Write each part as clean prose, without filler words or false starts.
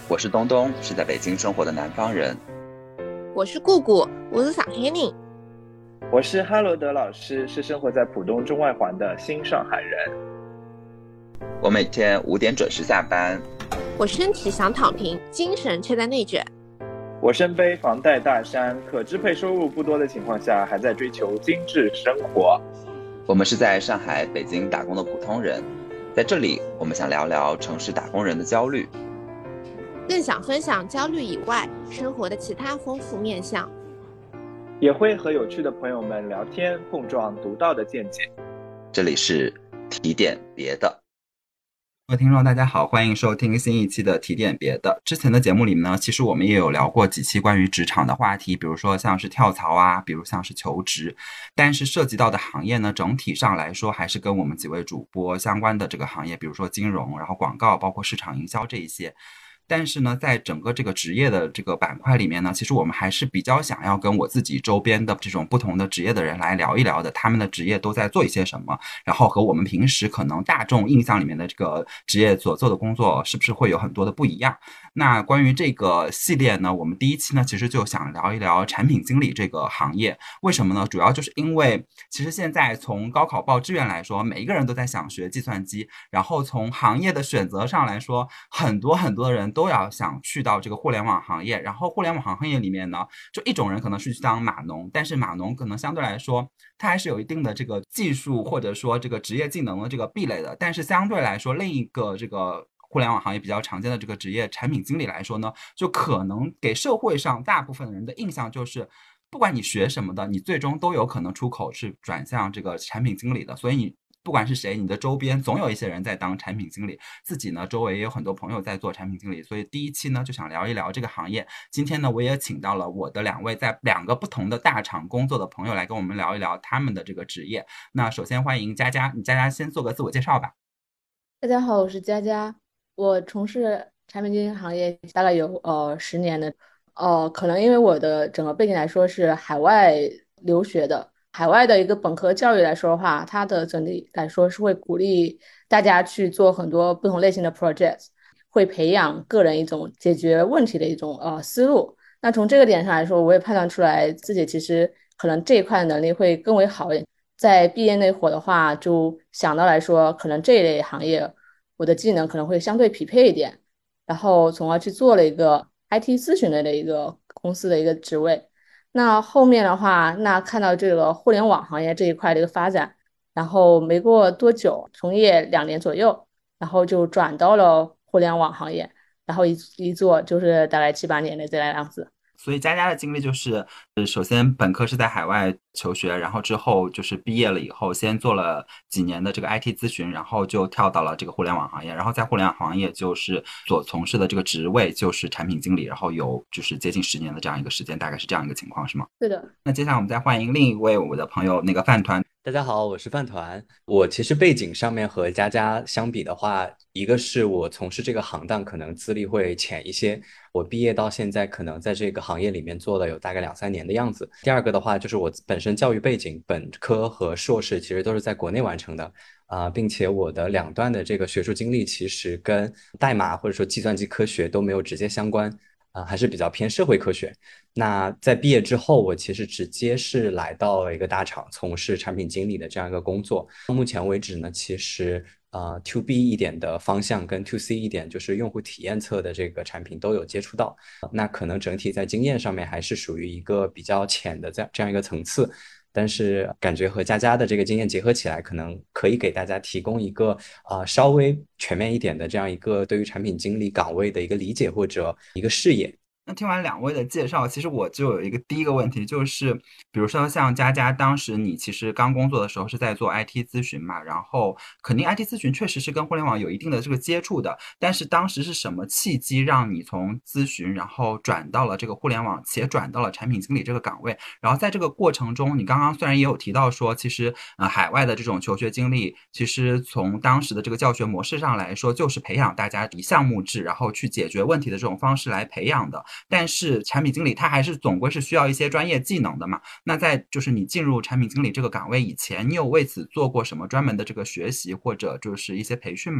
我是东东，是在北京生活的南方人。 我是顾顾，我是上海人。 我是哈罗德老师，是生活在浦东中外环的新上海人。 我每天5点准时下班。 我身体想躺平，精神却在内卷。 我身背房贷大山，可支配收入不多的情况下，还在追求精致生活。 我们是在上海、北京打工的普通人，在这里我们想聊聊城市打工人的焦虑， 更想分享焦虑以外生活的其他丰富面向， 也会和有趣的朋友们聊天，碰撞独到的见解。 这里是提点别的。 各位听众大家好，欢迎收听新一期的提点别的。之前的节目里面呢，其实我们也有聊过几期关于职场的话题，比如说像是跳槽啊，比如像是求职，但是涉及到的行业呢，整体上来说还是跟我们几位主播相关的这个行业，比如说金融，然后广告，包括市场营销这一些。但是呢，在整个这个职业的这个板块里面呢，其实我们还是比较想要跟我自己周边的这种不同的职业的人来聊一聊的，他们的职业都在做一些什么，然后和我们平时可能大众印象里面的这个职业所做的工作是不是会有很多的不一样。那关于这个系列呢，我们第一期呢其实就想聊一聊产品经理这个行业。为什么呢？主要就是因为其实现在从高考报志愿来说，每一个人都在想学计算机，然后从行业的选择上来说，很多的人都要想去到这个互联网行业。然后互联网行业里面呢，就一种人可能是去当码农，但是码农可能相对来说它还是有一定的这个技术或者说这个职业技能的这个壁垒的。但是相对来说，另一个这个互联网行业比较常见的这个职业产品经理来说呢，就可能给社会上大部分人的印象就是不管你学什么的，你最终都有可能出口是转向这个产品经理的。所以你不管是谁，你的周边总有一些人在当产品经理，自己呢周围也有很多朋友在做产品经理。所以第一期呢就想聊一聊这个行业。今天呢我也请到了我的2位在2个不同的大厂工作的朋友来跟我们聊一聊他们的这个职业。那首先欢迎佳佳，你佳佳先做个自我介绍吧。 大家好，我是佳佳，我从事产品经理行业大概有10年的，可能因为我的整个背景来说是海外留学的，海外的一个本科教育来说的话，它的整体来说是会鼓励大家去做很多不同类型的 projects，会培养个人一种解决问题的一种思路。那从这个点上来说，我也判断出来自己其实可能这一块能力会更为好一点。在毕业那会儿的话，就想到来说，可能这一类行业我的技能可能会相对匹配一点，然后从而去做了一个 IT 咨询类的一个公司的一个职位。那后面的话，那看到这个互联网行业这一块的一个发展，然后没过多久，从业2年左右，然后就转到了互联网行业，然后一做就是大概7、8年的这样子。 所以佳佳的经历就是，首先本科是在海外求学，然后之后就是毕业了以后，先做了几年的这个 IT 咨询，然后就跳到了这个互联网行业，然后在互联网行业就是所从事的这个职位就是产品经理，然后有就是接近10年的这样一个时间，大概是这样一个情况，是吗？ 是的。 那接下来我们再欢迎另一位我的朋友那个饭团。 大家好，我是饭团。我其实背景上面和佳佳相比的话，一个是我从事这个行当可能资历会浅一些，我毕业到现在可能在这个行业里面做了有大概2、3年的样子。第二个的话，就是我本身教育背景，本科和硕士其实都是在国内完成的，并且我的2段的这个学术经历其实跟代码或者说计算机科学都没有直接相关。还是比较偏社会科学。那在毕业之后，我其实直接是来到了一个大厂，从事产品经理的这样一个工作。目前为止呢，其实to B 一点的方向跟 to C 一点，就是用户体验侧的这个产品都有接触到。那可能整体在经验上面还是属于一个比较浅的这样一个层次。但是感觉和佳佳的这个经验结合起来，可能可以给大家提供一个稍微全面一点的这样一个对于产品经理岗位的一个理解或者一个视野。 那听完2位的介绍，其实我就有一个第一个问题，就是比如说像佳佳，当时你其实刚工作的时候是在做 IT 咨询嘛，然后肯定 IT 咨询确实是跟互联网有一定的这个接触的，但是当时是什么契机让你从咨询然后转到了这个互联网，且转到了产品经理这个岗位？然后在这个过程中，你刚刚虽然也有提到说，其实海外的这种求学经历，其实从当时的这个教学模式上来说，就是培养大家以项目制，然后去解决问题的这种方式来培养的。但是产品经理他还是总归是需要一些专业技能的嘛。那在就是你进入产品经理这个岗位以前，你有为此做过什么专门的这个学习或者就是一些培训吗？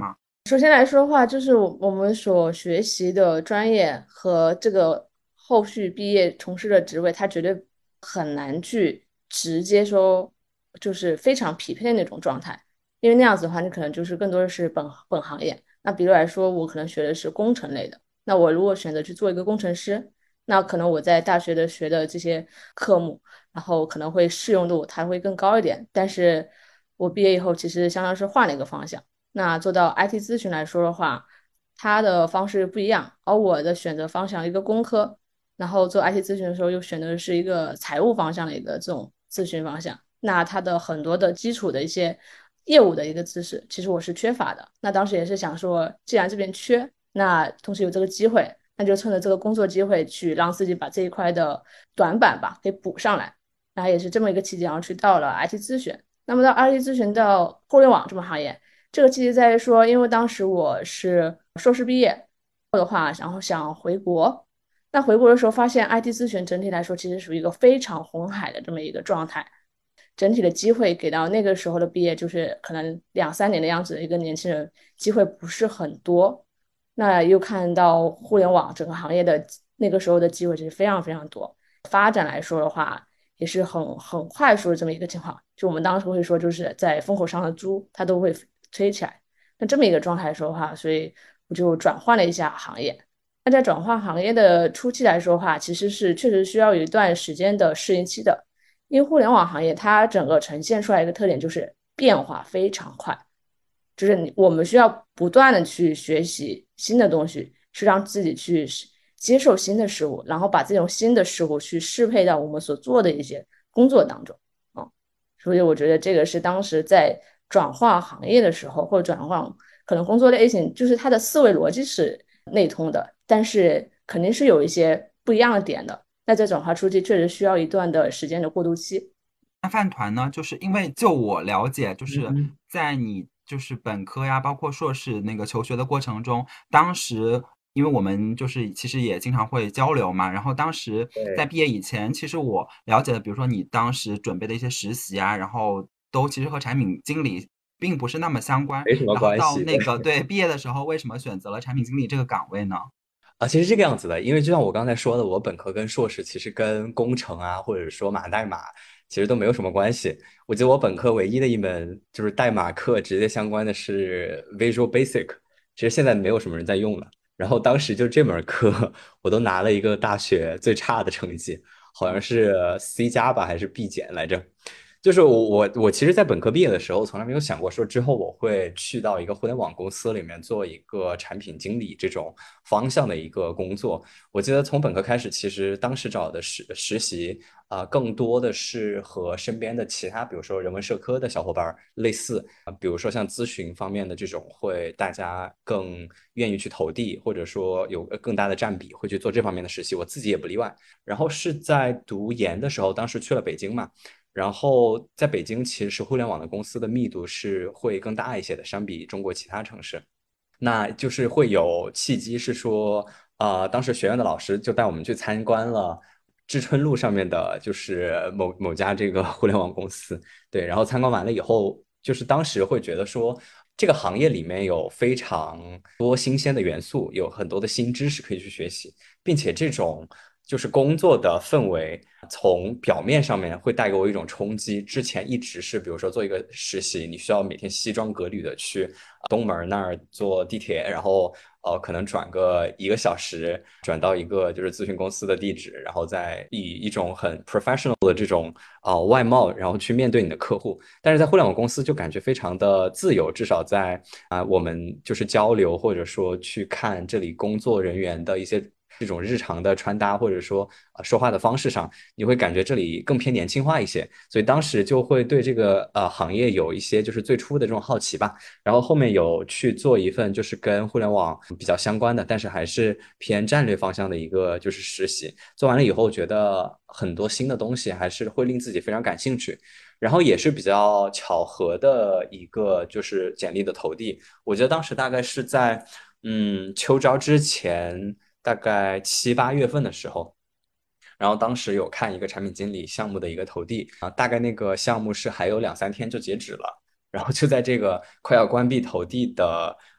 首先来说的话，就是我们所学习的专业和这个后续毕业从事的职位，它绝对很难去直接说就是非常匹配的那种状态，因为那样子的话，你可能就是更多的是本行业。那比如来说，我可能学的是工程类的，那我如果选择去做一个工程师，那可能我在大学的学的这些科目，然后可能会适用度它会更高一点，但是我毕业以后其实相当是换了一个方向。那做到 IT 咨询来说的话，它的方式不一样，而我的选择方向一个工科，然后做 IT 咨询的时候又选择的是一个财务方向的一个这种咨询方向，那它的很多的基础的一些业务的一个知识，其实我是缺乏的。那当时也是想说，既然这边缺，那同时有这个机会，那就趁着这个工作机会去让自己把这一块的短板吧给补上来。然后也是这么一个契机，然后去到了 IT 咨询。那么到 IT 咨询到互联网这么行业，这个契机在于说，因为当时我是硕士毕业的话，然后想回国。那回国的时候发现，IT 咨询整体来说其实属于一个非常红海的这么一个状态，整体的机会给到那个时候的毕业，就是可能2、3年的样子的一个年轻人，机会不是很多。那又看到互联网整个行业的那个时候的机会其实非常非常多，发展来说的话，也是很快速的这么一个情况。就我们当时会说，就是在风口上的猪，它都会吹起来。那这么一个状态来说的话，所以我就转换了一下行业。那在转换行业的初期来说的话，其实是确实需要有一段时间的适应期的，因为互联网行业它整个呈现出来一个特点就是变化非常快，就是我们需要不断的去学习新的东西，去让自己去接受新的事物，然后把这种新的事物去适配到我们所做的一些工作当中啊。所以我觉得这个是当时在转换行业的时候，或者转换可能工作类型，就是它的思维逻辑是内通的，但是肯定是有一些不一样的点的。那在转化初期确实需要一段的时间的过渡期。 那饭团呢，就是因为就我了解，就是在你就是本科呀，包括硕士那个求学的过程中，当时因为我们就是其实也经常会交流嘛，然后当时在对， 毕业以前，其实我了解的，比如说你当时准备的一些实习啊，然后都其实和产品经理并不是那么相关， 没什么然后关系。 到那个对毕业的时候，为什么选择了产品经理这个岗位呢？ 其实这个样子的，因为就像我刚才说的，我本科跟硕士其实跟工程啊，或者说码代码，其实都没有什么关系。我记得我本科唯一的一门就是代码课，直接相关的是 Visual Basic，其实现在没有什么人在用了。然后当时就这门课，我都拿了一个大学最差的成绩，好像是 C 加吧，还是 B 减来着。就是我其实，在本科毕业的时候，从来没有想过说之后我会去到一个互联网公司里面做一个产品经理这种方向的一个工作。我记得从本科开始，其实当时找的实习更多的是和身边的其他，比如说人文社科的小伙伴类似比如说像咨询方面的这种，会大家更愿意去投递，或者说有更大的占比，会去做这方面的实习。我自己也不例外。然后是在读研的时候，当时去了北京嘛。然后在北京，其实互联网的公司的密度是会更大一些的，相比中国其他城市。那就是会有契机是说，当时学院的老师就带我们去参观了知春路上面的，就是某家这个互联网公司。对，然后参观完了以后，就是当时会觉得说，这个行业里面有非常多新鲜的元素，有很多的新知识可以去学习，并且这种就是工作的氛围，从表面上面会带给我一种冲击。之前一直是，比如说做一个实习，你需要每天西装革履的去东门那儿坐地铁，然后可能转个1个小时，转到一个就是咨询公司的地址，然后再以一种很 professional 的这种外貌，然后去面对你的客户。但是在互联网公司就感觉非常的自由，至少在我们就是交流或者说去看这里工作人员的一些这种日常的穿搭，或者说说话的方式上，你会感觉这里更偏年轻化一些，所以当时就会对这个行业有一些就是最初的这种好奇吧。然后后面有去做一份就是跟互联网比较相关的，但是还是偏战略方向的一个就是实习。做完了以后，觉得很多新的东西还是会令自己非常感兴趣。然后也是比较巧合的一个就是简历的投递，我觉得当时大概是在秋招之前大概7、8月份的时候，然后当时有看一个产品经理项目的一个投递大概那个项目是还有2、3天就截止了，然后就在这个快要关闭投递的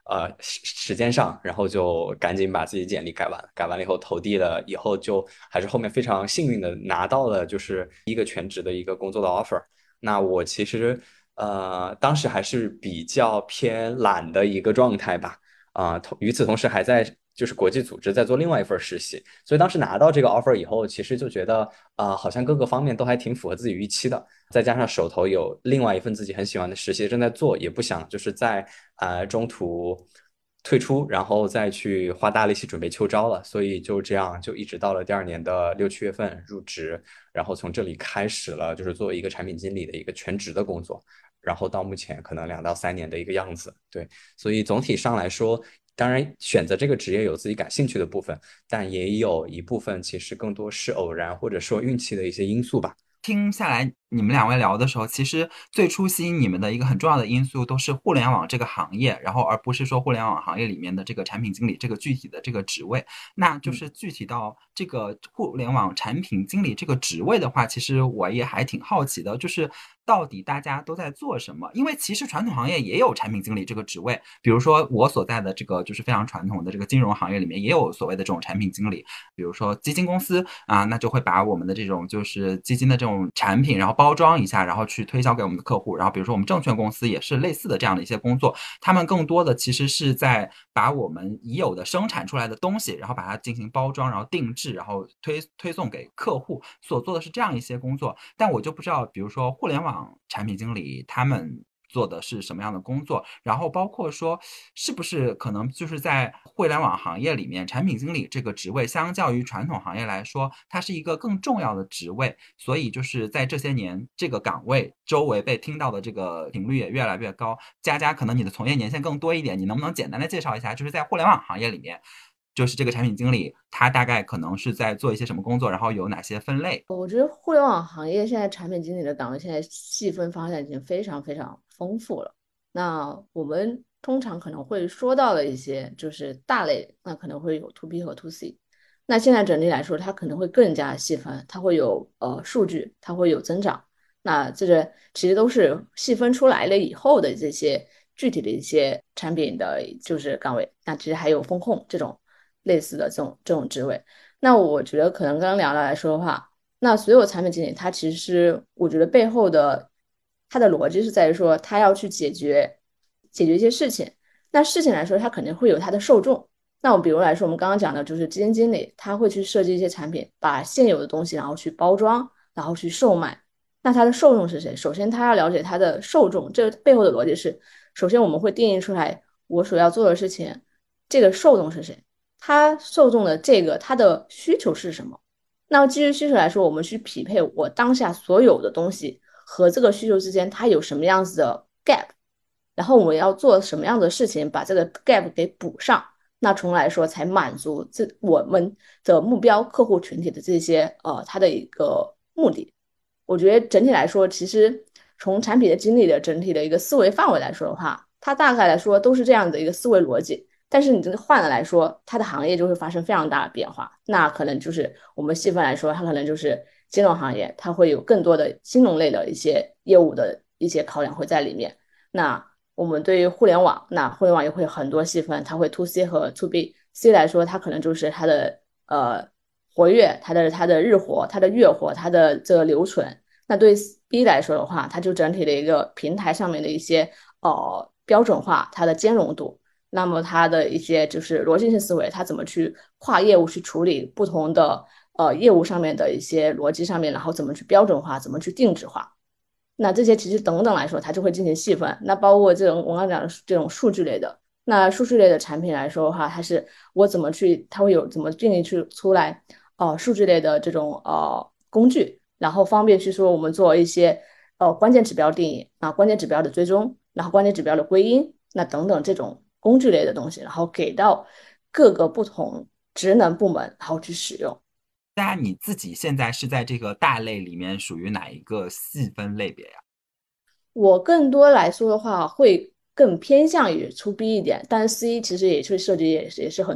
时间上，然后就赶紧把自己简历改完，改完了以后投递了，以后就还是后面非常幸运的拿到了就是一个全职的一个工作的 offer。那我其实当时还是比较偏懒的一个状态吧，与此同时还在就是国际组织在做另外一份实习，所以当时拿到这个 offer 以后，其实就觉得好像各个方面都还挺符合自己预期的，再加上手头有另外一份自己很喜欢的实习正在做，也不想就是在中途退出，然后再去花大力气准备秋招了，所以就这样就一直到了第二年的6、7月份入职，然后从这里开始了就是作为一个产品经理的一个全职的工作。然后到目前可能2到3年的一个样子，对，所以总体上来说，当然选择这个职业有自己感兴趣的部分，但也有一部分其实更多是偶然或者说运气的一些因素吧。 听下来，你们两位聊的时候，其实最初吸引你们的一个很重要的因素都是互联网这个行业，然后而不是说互联网行业里面的这个产品经理这个具体的这个职位。那就是具体到这个互联网产品经理这个职位的话，其实我也还挺好奇的，就是到底大家都在做什么？因为其实传统行业也有产品经理这个职位，比如说我所在的这个就是非常传统的这个金融行业里面也有所谓的这种产品经理，比如说基金公司啊，那就会把我们的这种就是基金的这种产品，然后包装一下，然后去推销给我们的客户。然后比如说我们证券公司也是类似的这样的一些工作，他们更多的其实是在把我们已有的生产出来的东西，然后把它进行包装，然后定制，然后推送给客户，所做的是这样一些工作。但我就不知道，比如说互联网产品经理他们做的是什么样的工作，然后包括说是不是可能就是在互联网行业里面，产品经理这个职位相较于传统行业来说，它是一个更重要的职位，所以就是在这些年这个岗位周围被听到的这个频率也越来越高。佳佳，可能你的从业年限更多一点，你能不能简单的介绍一下，就是在互联网行业里面，就是这个产品经理他大概可能是在做一些什么工作，然后有哪些分类？ 我觉得互联网行业现在产品经理的岗位现在细分方向已经非常非常丰富了。那我们通常可能会说到的一些就是大类，那可能会有 to B 和 to C。那现在整体来说，它可能会更加细分，它会有数据，它会有增长。那这个其实都是细分出来了以后的这些具体的一些产品的就是岗位。那其实还有风控这种类似的这种职位。那我觉得可能刚刚聊到来说的话，那所有产品经理他其实我觉得背后的他的逻辑是在于说他要去解决一些事情。那事情来说，他肯定会有他的受众。那我比如来说，我们刚刚讲的就是基金经理，他会去设计一些产品，把现有的东西然后去包装，然后去售卖。那他的受众是谁？首先他要了解他的受众，这个背后的逻辑是，首先我们会定义出来我所要做的事情，这个受众是谁。他受众的这个他的需求是什么？那基于需求来说，我们去匹配我当下所有的东西和这个需求之间，它有什么样子的 gap，然后我们要做什么样的事情把这个 gap 给补上，那从而来说才满足我们的目标客户群体的这些它的一个目的。我觉得整体来说，其实从产品的经理的整体的一个思维范围来说的话，它大概来说都是这样的一个思维逻辑。但是你这个换了来说，它的行业就会发生非常大的变化。那可能就是我们细分来说，它可能就是金融行业，它会有更多的金融类的一些业务的一些考量会在里面。那我们对于互联网，那互联网也会有很多细分，它会 to C 和 to B。C 来说，它可能就是它的活跃，它的日活，它的月活，它的这个留存。那对 B 来说的话，它就整体的一个平台上面的一些标准化，它的兼容度。那么它的一些就是逻辑性思维，它怎么去跨业务去处理不同的业务上面的一些逻辑上面，然后怎么去标准化，怎么去定制化。那这些其实等等来说，它就会进行细分。那包括这种我刚刚讲的这种数据类的，那数据类的产品来说的话，它是我怎么去，它会有怎么定义出来数据类的这种工具，然后方便去说我们做一些关键指标定义啊，关键指标的追踪，然后关键指标的归因，那等等这种工具类的东西，然后给到各个不同职能部门，然后去使用。 大家你自己现在是在这个大类里面属于哪一个细分类别呀？ 我更多来说的话，会更偏向于 to B 一点，但是 C 其实也是涉及也是很多。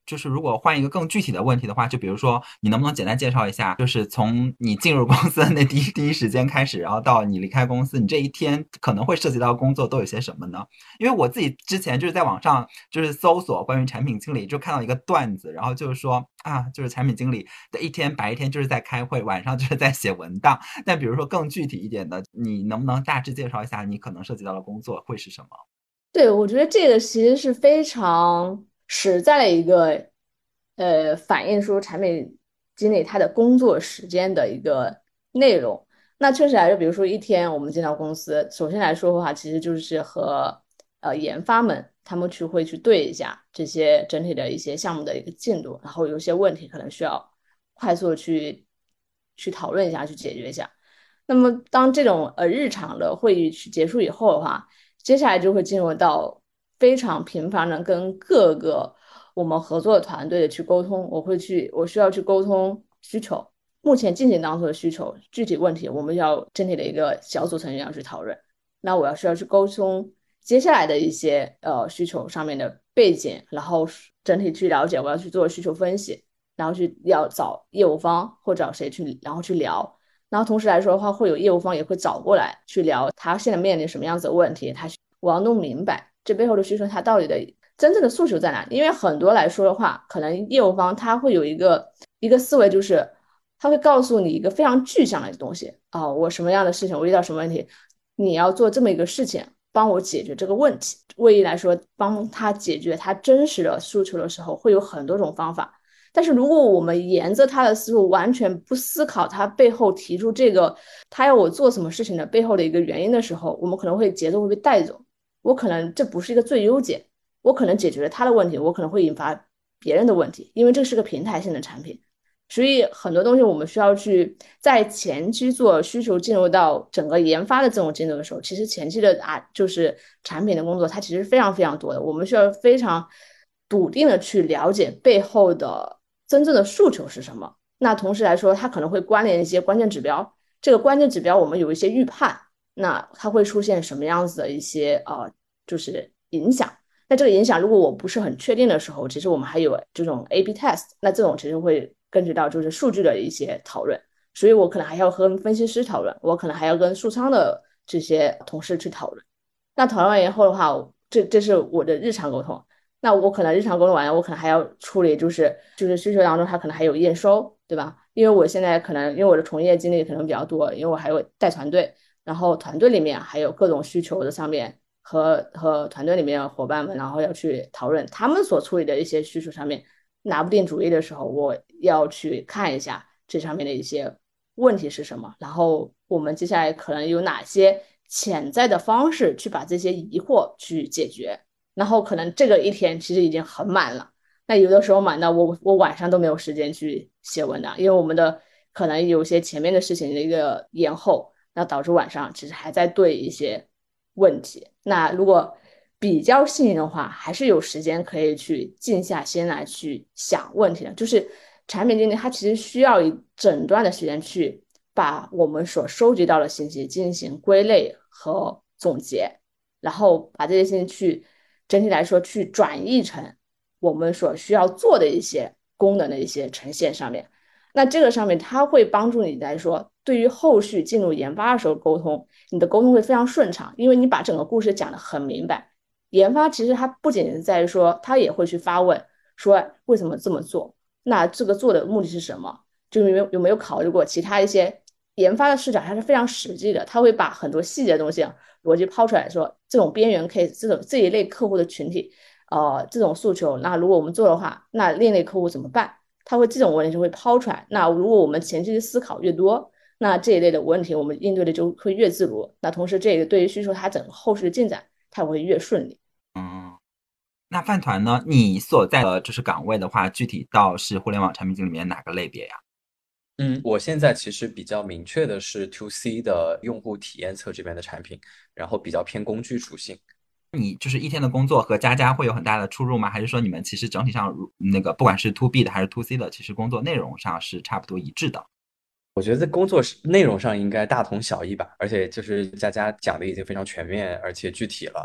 就是如果换一个更具体的问题的话，就比如说你能不能简单介绍一下，就是从你进入公司的那第一时间开始，然后到你离开公司，你这一天可能会涉及到工作都有些什么呢？因为我自己之前就是在网上就是搜索关于产品经理，就看到一个段子，然后就是说啊，就是产品经理的一天白天就是在开会，晚上就是在写文档。但比如说更具体一点的，你能不能大致介绍一下你可能涉及到的工作会是什么？ 对，我觉得这个其实是非常实在的一个，反映出产品经理他的工作时间的一个内容。那确实来说，比如说一天我们进到公司，首先来说的话，其实就是和研发们他们会去对一下这些整体的一些项目的一个进度，然后有些问题可能需要快速的去讨论一下，去解决一下。那么当这种日常的会议去结束以后的话，接下来就会进入到非常频繁的跟各个我们合作的团队的去沟通。我需要去沟通需求，目前进行当中的需求，具体问题我们要整体的一个小组成员要去讨论。那我需要去沟通接下来的一些需求上面的背景，然后整体去了解，我要去做需求分析，然后要找业务方或找谁去，然后去聊。然后同时来说的话，会有业务方也会找过来去聊他现在面临什么样子的问题，我要弄明白这背后的需求，他到底的真正的诉求在哪里。因为很多来说的话，可能业务方他会有一个思维，就是他会告诉你一个非常具象的东西啊，我什么样的事情，我遇到什么问题，你要做这么一个事情，帮我解决这个问题。为来说，帮他解决他真实的诉求的时候，会有很多种方法。但是如果我们沿着他的思路，完全不思考他背后提出这个他要我做什么事情的背后的一个原因的时候，我们可能会节奏会被带走。我可能这不是一个最优解，我可能解决了他的问题，我可能会引发别人的问题，因为这是个平台性的产品。所以很多东西我们需要去在前期做需求进入到整个研发的这种进度的时候，其实前期的就是产品的工作，它其实非常非常多的，我们需要非常笃定的去了解背后的真正的诉求是什么。那同时来说，它可能会关联一些关键指标，这个关键指标我们有一些预判，那它会出现什么样子的一些就是影响。那这个影响如果我不是很确定的时候，其实我们还有这种 A/B test， 那这种其实会根据到就是数据的一些讨论，所以我可能还要和分析师讨论，我可能还要跟数仓的这些同事去讨论。那讨论完以后的话，这是我的日常沟通。那我可能日常沟通完了，我可能还要处理就是需求当中，它可能还有验收，对吧？因为我现在可能因为我的从业经历可能比较多，因为我还有带团队，然后团队里面还有各种需求的上面和团队里面的伙伴们，然后要去讨论他们所处理的一些需求上面拿不定主意的时候，我要去看一下这上面的一些问题是什么，然后我们接下来可能有哪些潜在的方式去把这些疑惑去解决。然后可能这个一天其实已经很满了，那有的时候满到我晚上都没有时间去写文档，因为我们的可能有些前面的事情的一个延后，那导致晚上其实还在对一些问题。那如果比较幸运的话，还是有时间可以去静下心来去想问题的。就是产品经理他其实需要一整段的时间去把我们所收集到的信息进行归类和总结，然后把这些信息去整体来说去转译成我们所需要做的一些功能的一些呈现上面。那这个上面它会帮助你来说，对于后续进入研发的时候沟通，你的沟通会非常顺畅，因为你把整个故事讲得很明白。研发其实它不仅是在于说，它也会去发问，说为什么这么做？那这个做的目的是什么？就有没有考虑过其他一些研发的视角？它是非常实际的，它会把很多细节的东西逻辑抛出来说，这种边缘 case，这一类客户的群体，这种诉求，那如果我们做的话，那另类客户怎么办？他会这种问题就会抛出来。那如果我们前期的思考越多，那这一类的问题我们应对的就会越自如。那同时，这个对于需求它整个后续的进展，它会越顺利。 那饭团呢？你所在的就是岗位的话，具体到是互联网产品经理里面哪个类别呀？ 我现在其实比较明确的是 to C 的用户体验侧这边的产品，然后比较偏工具属性。 你就是一天的工作和佳佳会有很大的出入吗？还是说你们其实整体上那个不管是 to B 的还是 to C 的，其实工作内容上是差不多一致的？ 我觉得在工作内容上应该大同小异吧，而且就是佳佳讲的已经非常全面而且具体了。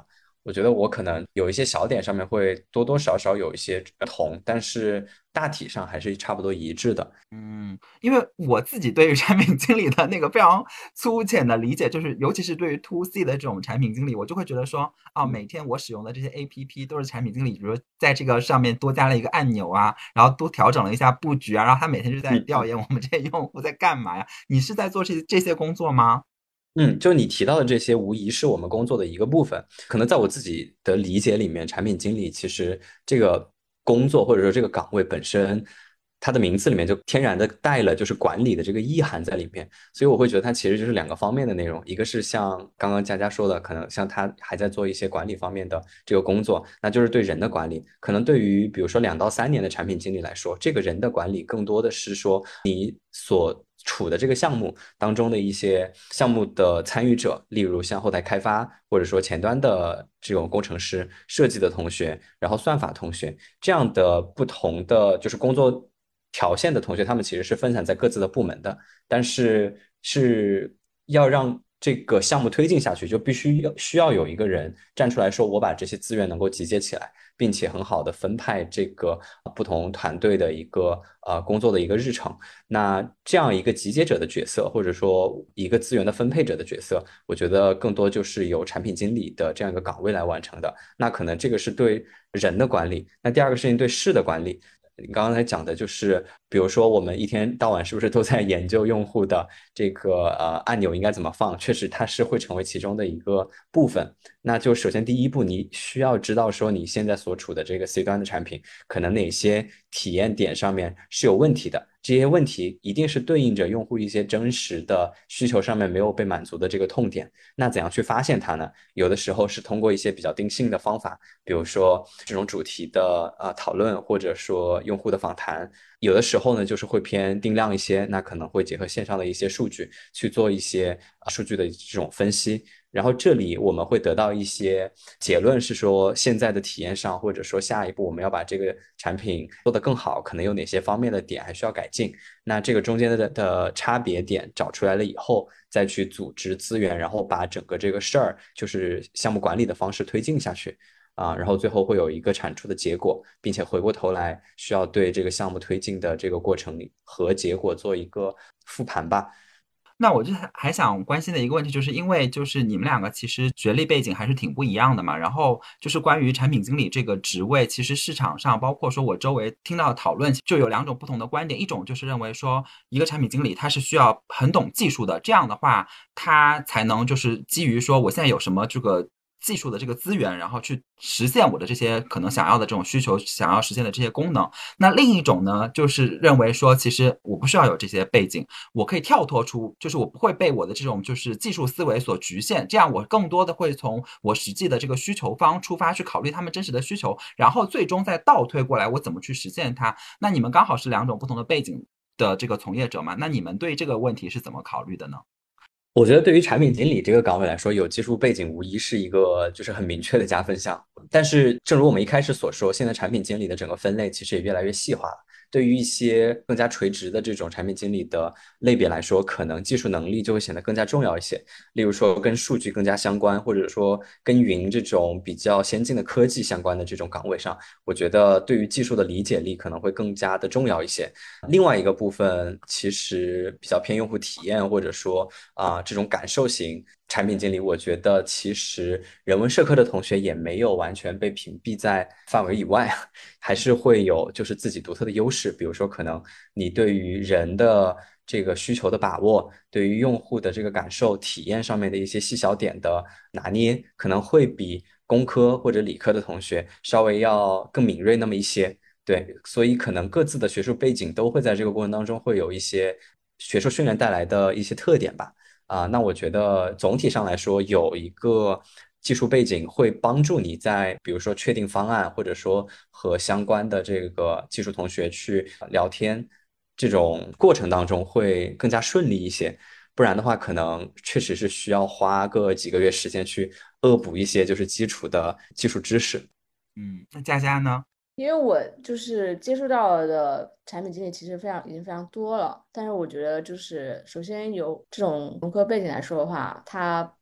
我觉得我可能有一些小点上面会多多少少有一些不同，但是大体上还是差不多一致的。 因为我自己对于产品经理的那个非常粗浅的理解，就是尤其是对于 to C 的这种产品经理，我就会觉得说，每天我使用的这些 APP 都是产品经理，比如在这个上面多加了一个按钮啊，然后多调整了一下布局啊，然后他每天就在调研我们这些用户在干嘛呀？你是在做这些工作吗？ 就你提到的这些，无疑是我们工作的一个部分。可能在我自己的理解里面，产品经理其实这个工作或者说这个岗位本身，它的名字里面就天然的带了就是管理的这个意涵在里面。所以我会觉得它其实就是两个方面的内容，一个是像刚刚佳佳说的，可能像他还在做一些管理方面的这个工作，那就是对人的管理。可能对于比如说2到3年的产品经理来说，这个人的管理更多的是说你所处的这个项目当中的一些项目的参与者，例如像后台开发，或者说前端的这种工程师、设计的同学，然后算法同学这样的不同的就是工作条线的同学，他们其实是分散在各自的部门的，但是要让这个项目推进下去，就需要有一个人站出来说，我把这些资源能够集结起来，并且很好的分派这个不同团队的一个工作的一个日程。那这样一个集结者的角色，或者说一个资源的分配者的角色，我觉得更多就是由产品经理的这样一个岗位来完成的。那可能这个是对人的管理，那第二个事情对事的管理。你刚才讲的就是，比如说我们一天到晚是不是都在研究用户的这个按钮应该怎么放？确实，它是会成为其中的一个部分。那就首先第一步，你需要知道说你现在所处的这个 C 端的产品，可能哪些体验点上面是有问题的。这些问题一定是对应着用户一些真实的需求上面没有被满足的这个痛点。那怎样去发现它呢？有的时候是通过一些比较定性的方法，比如说这种主题的讨论，或者说用户的访谈。有的时候呢，就是会偏定量一些，那可能会结合线上的一些数据去做一些数据的这种分析。然后这里我们会得到一些结论，是说现在的体验上，或者说下一步我们要把这个产品做得更好，可能有哪些方面的点还需要改进。那这个中间的差别点找出来了以后，再去组织资源，然后把整个这个事儿，就是项目管理的方式推进下去。然后最后会有一个产出的结果，并且回过头来需要对这个项目推进的这个过程里和结果做一个复盘吧。 那我就还想关心的一个问题，就是因为就是你们两个其实学历背景还是挺不一样的嘛，然后就是关于产品经理这个职位，其实市场上包括说我周围听到的讨论，就有两种不同的观点，一种就是认为说一个产品经理他是需要很懂技术的，这样的话他才能就是基于说我现在有什么这个技术的这个资源，然后去实现我的这些可能想要的这种需求，想要实现的这些功能。那另一种呢，就是认为说其实我不需要有这些背景，我可以跳脱出，就是我不会被我的这种就是技术思维所局限，这样我更多的会从我实际的这个需求方出发去考虑他们真实的需求，然后最终再倒推过来我怎么去实现它。那你们刚好是两种不同的背景的这个从业者嘛，那你们对这个问题是怎么考虑的呢？ 我觉得对于产品经理这个岗位来说，有技术背景无疑是一个就是很明确的加分项。但是，正如我们一开始所说，现在产品经理的整个分类其实也越来越细化了。对于一些更加垂直的这种产品经理的类别来说，可能技术能力就会显得更加重要一些。例如说，跟数据更加相关，或者说跟云这种比较先进的科技相关的这种岗位上，我觉得对于技术的理解力可能会更加的重要一些。另外一个部分其实比较偏用户体验，或者说这种感受型产品经理，我觉得其实人文社科的同学也没有完全被屏蔽在范围以外，还是会有就是自己独特的优势。比如说，可能你对于人的这个需求的把握，对于用户的这个感受体验上面的一些细小点的拿捏，可能会比工科或者理科的同学稍微要更敏锐那么一些。对，所以可能各自的学术背景都会在这个过程当中会有一些学术训练带来的一些特点吧。那我觉得总体上来说，有一个技术背景会帮助你在比如说确定方案，或者说和相关的这个技术同学去聊天这种过程当中会更加顺利一些。不然的话，可能确实是需要花个几个月时间去恶补一些就是基础的技术知识。 那佳佳呢？ 因为我就是接触到的产品经理其实已经非常多了，但是我觉得就是首先有这种文科背景来说的话，他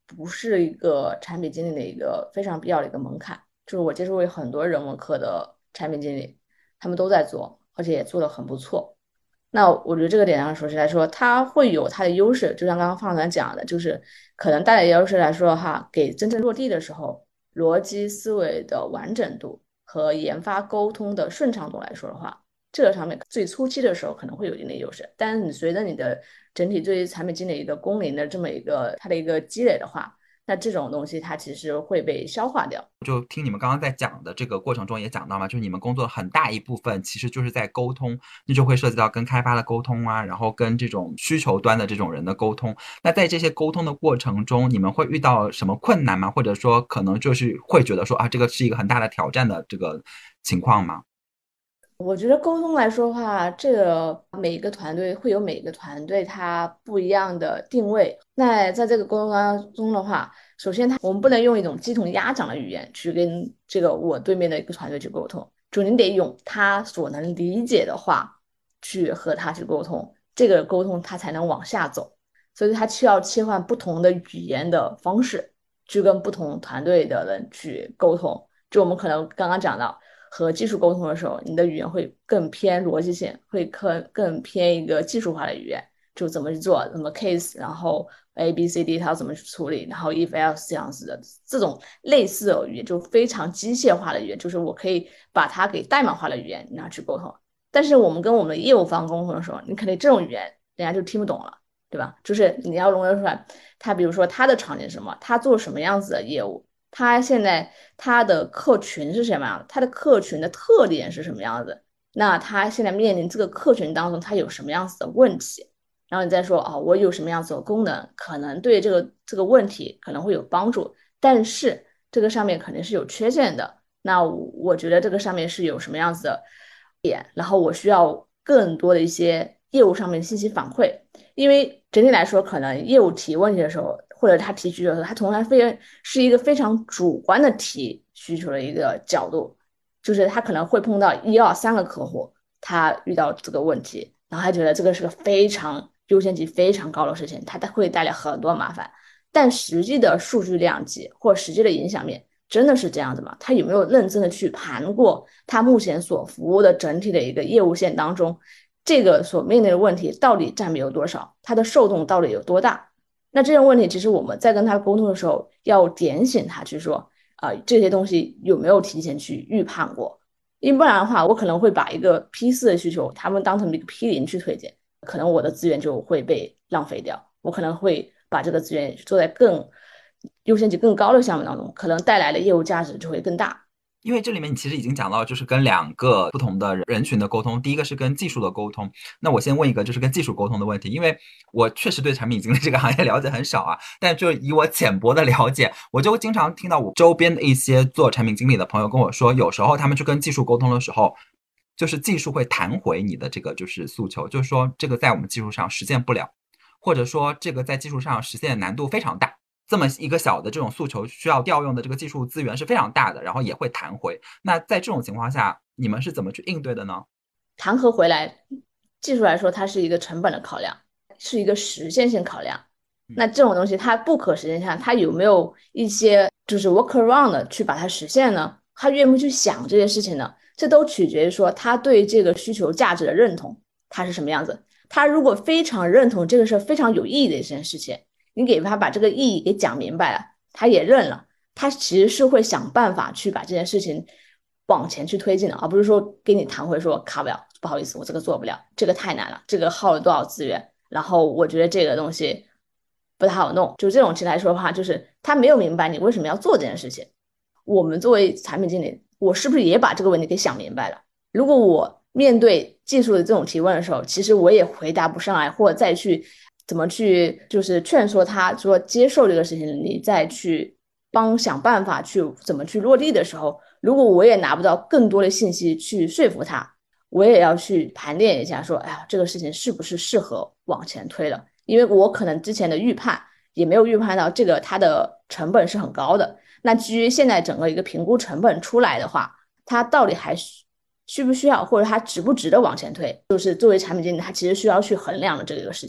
不是一个产品经理的一个非常必要的一个门槛。就是我接触过很多人文科的产品经理，他们都在做，而且也做得很不错。那我觉得这个点上说起来说，它会有它的优势，就像刚刚方团讲的，就是可能带来优势来说哈，给真正落地的时候，逻辑思维的完整度和研发沟通的顺畅度来说的话，这个上面最初期的时候可能会有一定的优势，但是你随着你的整体对于产品经理一个工龄的这么一个它的一个积累的话，那这种东西它其实会被消化掉。 就听你们刚刚在讲的这个过程中也讲到嘛，就是你们工作很大一部分其实就是在沟通，那就会涉及到跟开发的沟通啊，然后跟这种需求端的这种人的沟通。那在这些沟通的过程中，你们会遇到什么困难吗？或者说可能就是会觉得说啊，这个是一个很大的挑战的这个情况吗？ 我觉得沟通来说的话，这个每一个团队会有每一个团队它不一样的定位。那在这个沟通当中的话，首先我们不能用一种鸡同鸭讲的语言去跟这个我对面的一个团队去沟通，就你得用他所能理解的话去和他去沟通，这个沟通他才能往下走。所以他需要切换不同的语言的方式，去跟不同团队的人去沟通。就我们可能刚刚讲到，和技术沟通的时候，你的语言会更偏逻辑性，会更偏一个技术化的语言，就怎么去做，怎么 case，然后 A B C D 它要怎么去处理，然后 if else 这样子的这种类似的语言，就非常机械化的语言，就是我可以把它给代码化的语言拿去沟通。但是我们跟我们的业务方沟通的时候，你肯定这种语言人家就听不懂了，对吧？就是你要融合出来，他比如说他的场景是什么，他做什么样子的业务，他现在他的客群是什么样的，他的客群的特点是什么样子，那他现在面临这个客群当中他有什么样子的问题，然后你再说哦，我有什么样子的功能，可能对这个问题可能会有帮助，但是这个上面肯定是有缺陷的。那我觉得这个上面是有什么样子的点，然后我需要更多的一些业务上面的信息反馈，因为整体来说，可能业务提问题的时候，或者他提需求的时候，他从来是一个非常主观的提需求的一个角度，就是他可能会碰到一二三个客户，他遇到这个问题，然后他觉得这个是个非常优先级非常高的事情，它会带来很多麻烦，但实际的数据量级或实际的影响面。真的是这样子吗？他有没有认真的去盘过他目前所服务的整体的一个业务线当中，这个所面临的问题到底占比有多少，它的受众到底有多大？那这种问题其实我们在跟他沟通的时候，要点醒他去说，这些东西有没有提前去预判过？要不然的话，我可能会把一个 P4的需求，他们当成一个 P0去推荐，可能我的资源就会被浪费掉，我可能会把这个资源做在更优先级更高的项目当中，可能带来的业务价值就会更大。 因为这里面你其实已经讲到，就是跟两个不同的人群的沟通。第一个是跟技术的沟通，那我先问一个就是跟技术沟通的问题，因为我确实对产品经理这个行业了解很少啊，但就以我浅薄的了解，我就经常听到我周边的一些做产品经理的朋友跟我说，有时候他们去跟技术沟通的时候，就是技术会弹回你的这个就是诉求，就是说这个在我们技术上实现不了，或者说这个在技术上实现的难度非常大。这么一个小的这种诉求需要调用的这个技术资源是非常大的，然后也会弹回。那在这种情况下，你们是怎么去应对的呢？ 弹劾回来，技术来说，它是一个成本的考量，是一个实现性考量。那这种东西它不可实现下，它有没有一些就是 workaround 的去把它实现呢？他愿不愿意去想这些事情呢？这都取决于说他对这个需求价值的认同，他是什么样子。他如果非常认同这个是非常有意义的一件事情，你给他把这个意义给讲明白了，他也认了，他其实是会想办法去把这件事情往前去推进的，而不是说给你弹回说卡不了，不好意思，我这个做不了，这个太难了，这个耗了多少资源，然后我觉得这个东西不太好弄。就这种情况来说的话，就是他没有明白你为什么要做这件事情。我们作为产品经理，我是不是也把这个问题给想明白了？如果我面对技术的这种提问的时候，其实我也回答不上来，或者再去怎么去就是劝说他说接受这个事情，你再去想办法去怎么去落地的时候，如果我也拿不到更多的信息去说服他，我也要去盘点一下说，哎呀，这个事情是不是适合往前推了？因为我可能之前的预判也没有预判到这个它的成本是很高的。那基于现在整个一个评估成本出来的话，它到底还需不需要，或者它值不值得往前推，就是作为产品经理，他其实需要去衡量的这个事情。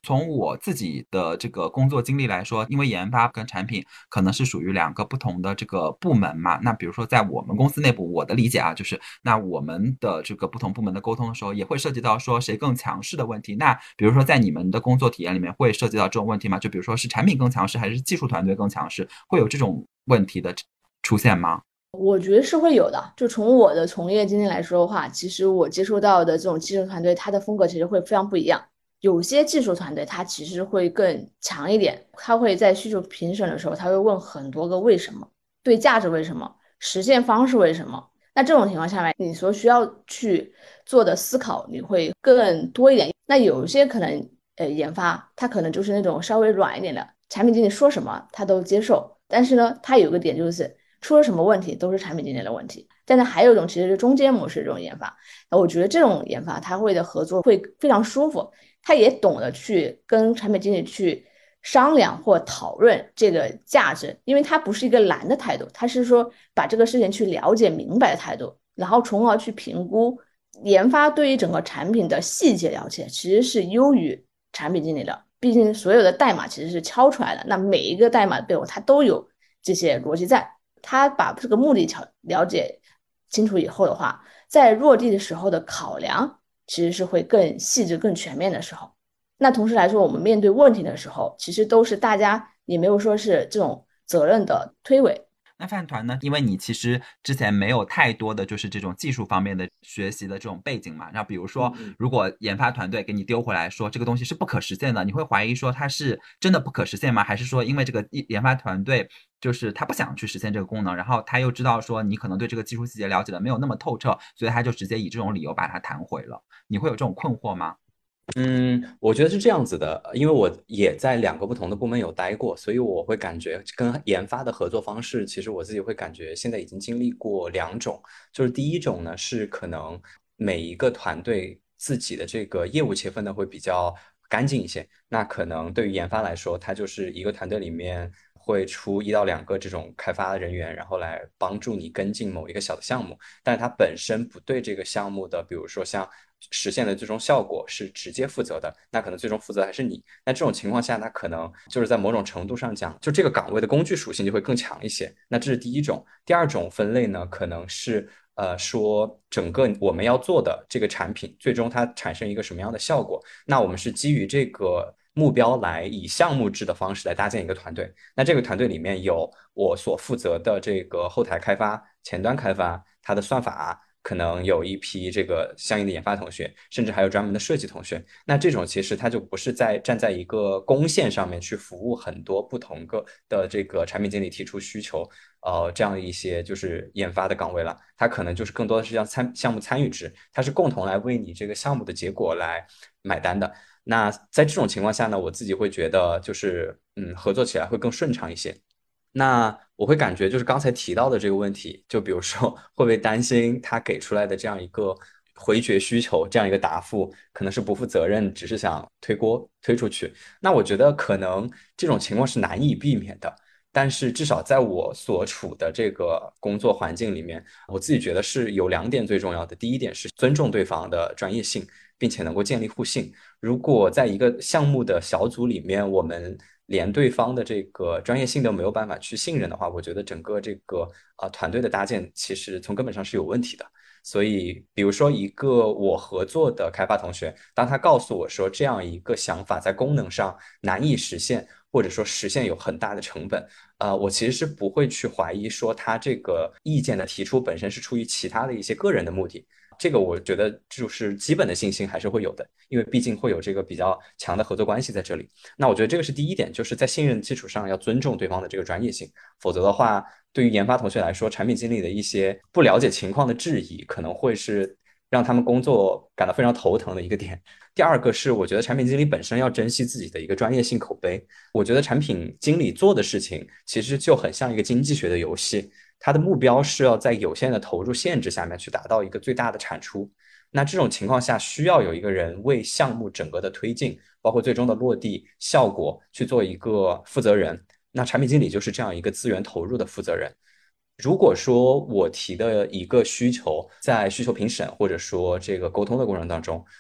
从我自己的这个工作经历来说，因为研发跟产品可能是属于两个不同的这个部门嘛。那比如说在我们公司内部，我的理解啊，就是那我们的这个不同部门的沟通的时候，也会涉及到说谁更强势的问题。那比如说在你们的工作体验里面会涉及到这种问题吗？就比如说是产品更强势，还是技术团队更强势，会有这种问题的出现吗？ 我觉得是会有的。就从我的从业经历来说的话，其实我接触到的这种技术团队，它的风格其实会非常不一样。有些技术团队它其实会更强一点，它会在需求评审的时候，它会问很多个为什么，对价值为什么，实现方式为什么。那这种情况下面，你所需要去做的思考，你会更多一点。那有一些可能，研发它可能就是那种稍微软一点的，产品经理说什么他都接受，但是呢，它有个点就是出了什么问题都是产品经理的问题。但是还有一种其实是中间模式这种研发，我觉得这种研发它会的合作会非常舒服。他也懂得去跟产品经理去商量或讨论这个价值，因为他不是一个懒的态度，他是说把这个事情去了解明白的态度，然后从而去评估。研发对于整个产品的细节了解其实是优于产品经理的，毕竟所有的代码其实是敲出来的，那每一个代码的背后它都有这些逻辑在，他把这个目的了解清楚以后的话，在落地的时候的考量其实是会更细致、更全面的时候。那同时来说，我们面对问题的时候，其实都是大家也没有说是这种责任的推诿。 那饭团呢？因为你其实之前没有太多的就是这种技术方面的学习的这种背景嘛。那比如说，如果研发团队给你丢回来说这个东西是不可实现的，你会怀疑说它是真的不可实现吗？还是说因为这个研发团队就是他不想去实现这个功能，然后他又知道说你可能对这个技术细节了解的没有那么透彻，所以他就直接以这种理由把它弹回了？你会有这种困惑吗？ 我觉得是这样子的，因为我也在两个不同的部门有待过，所以我会感觉跟研发的合作方式，其实我自己会感觉现在已经经历过两种，就是第一种呢是可能每一个团队自己的这个业务切分的会比较干净一些，那可能对于研发来说，它就是一个团队里面会出1到2个这种开发人员，然后来帮助你跟进某一个小的项目，但是它本身不对这个项目的，比如说像实现的最终效果是直接负责的，那可能最终负责还是你。那这种情况下，那可能就是在某种程度上讲，就这个岗位的工具属性就会更强一些。那这是第一种。第二种分类呢，可能是说整个我们要做的这个产品，最终它产生一个什么样的效果，那我们是基于这个目标来以项目制的方式来搭建一个团队。那这个团队里面有我所负责的这个后台开发、前端开发，它的算法。可能有一批这个相应的研发同学，甚至还有专门的设计同学。那这种其实它就不是站在一个公线上面去服务很多不同个的这个产品经理提出需求，这样一些就是研发的岗位了。它可能就是更多的是项目参与制，它是共同来为你这个项目的结果来买单的。那在这种情况下呢，我自己会觉得就是合作起来会更顺畅一些。那我会感觉就是刚才提到的这个问题，就比如说会不会担心他给出来的这样一个回绝需求这样一个答复，可能是不负责任，只是想推锅推出去。那我觉得可能这种情况是难以避免的，但是至少在我所处的这个工作环境里面，我自己觉得是有2点最重要的。第一点是尊重对方的专业性，并且能够建立互信。如果在一个项目的小组里面，我们连对方的这个专业性都没有办法去信任的话，我觉得整个这个团队的搭建其实从根本上是有问题的。所以，比如说一个我合作的开发同学，当他告诉我说这样一个想法在功能上难以实现，或者说实现有很大的成本，我其实是不会去怀疑说他这个意见的提出本身是出于其他的一些个人的目的。这个我觉得就是基本的信心还是会有的，因为毕竟会有这个比较强的合作关系在这里。那我觉得这个是第一点，就是在信任基础上要尊重对方的这个专业性，否则的话，对于研发同学来说，产品经理的一些不了解情况的质疑，可能会是让他们工作感到非常头疼的一个点。第二个是，我觉得产品经理本身要珍惜自己的一个专业性口碑。我觉得产品经理做的事情其实就很像一个经济学的游戏，它的目标是要在有限的投入限制下面去达到一个最大的产出。那这种情况下，需要有一个人为项目整个的推进，包括最终的落地效果去做一个负责人。那产品经理就是这样一个资源投入的负责人。如果说我提的一个需求在需求评审或者说这个沟通的过程当中，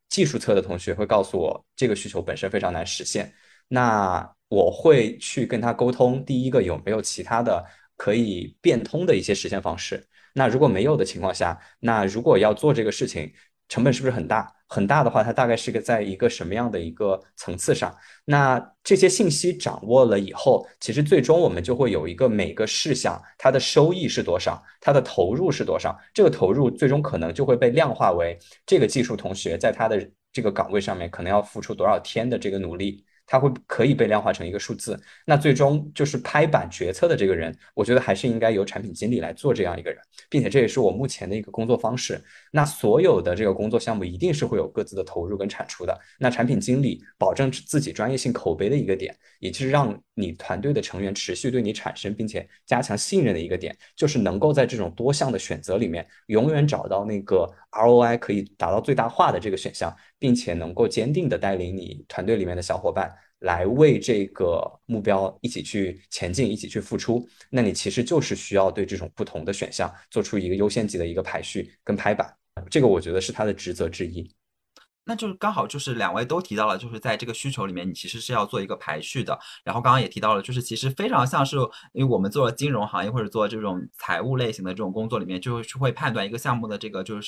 技术侧的同学会告诉我这个需求本身非常难实现，那我会去跟他沟通，第一个有没有其他的可以变通的一些实现方式。那如果没有的情况下，那如果要做这个事情，成本是不是很大？很大的话，它大概是在一个什么样的一个层次上？那这些信息掌握了以后，其实最终我们就会有一个每个事项它的收益是多少，它的投入是多少，这个投入最终可能就会被量化为这个技术同学在他的这个岗位上面可能要付出多少天的这个努力。它会可以被量化成一个数字，那最终就是拍板决策的这个人，我觉得还是应该由产品经理来做这样一个人，并且这也是我目前的一个工作方式。那所有的这个工作项目一定是会有各自的投入跟产出的。那产品经理保证自己专业性口碑的一个点，也就是让你团队的成员持续对你产生并且加强信任的一个点，就是能够在这种多项的选择里面，永远找到那个 ROI 可以达到最大化的这个选项，并且能够坚定的带领你团队里面的小伙伴来为这个目标一起去前进，一起去付出。那你其实就是需要对这种不同的选项做出一个优先级的一个排序跟拍板，这个我觉得是他的职责之一。 那就是刚好就是两位都提到了，就是在这个需求里面，你其实是要做一个排序的。然后刚刚也提到了，就是其实非常像是因为我们做了金融行业或者做这种财务类型的这种工作里面，就是会判断一个项目的这个就是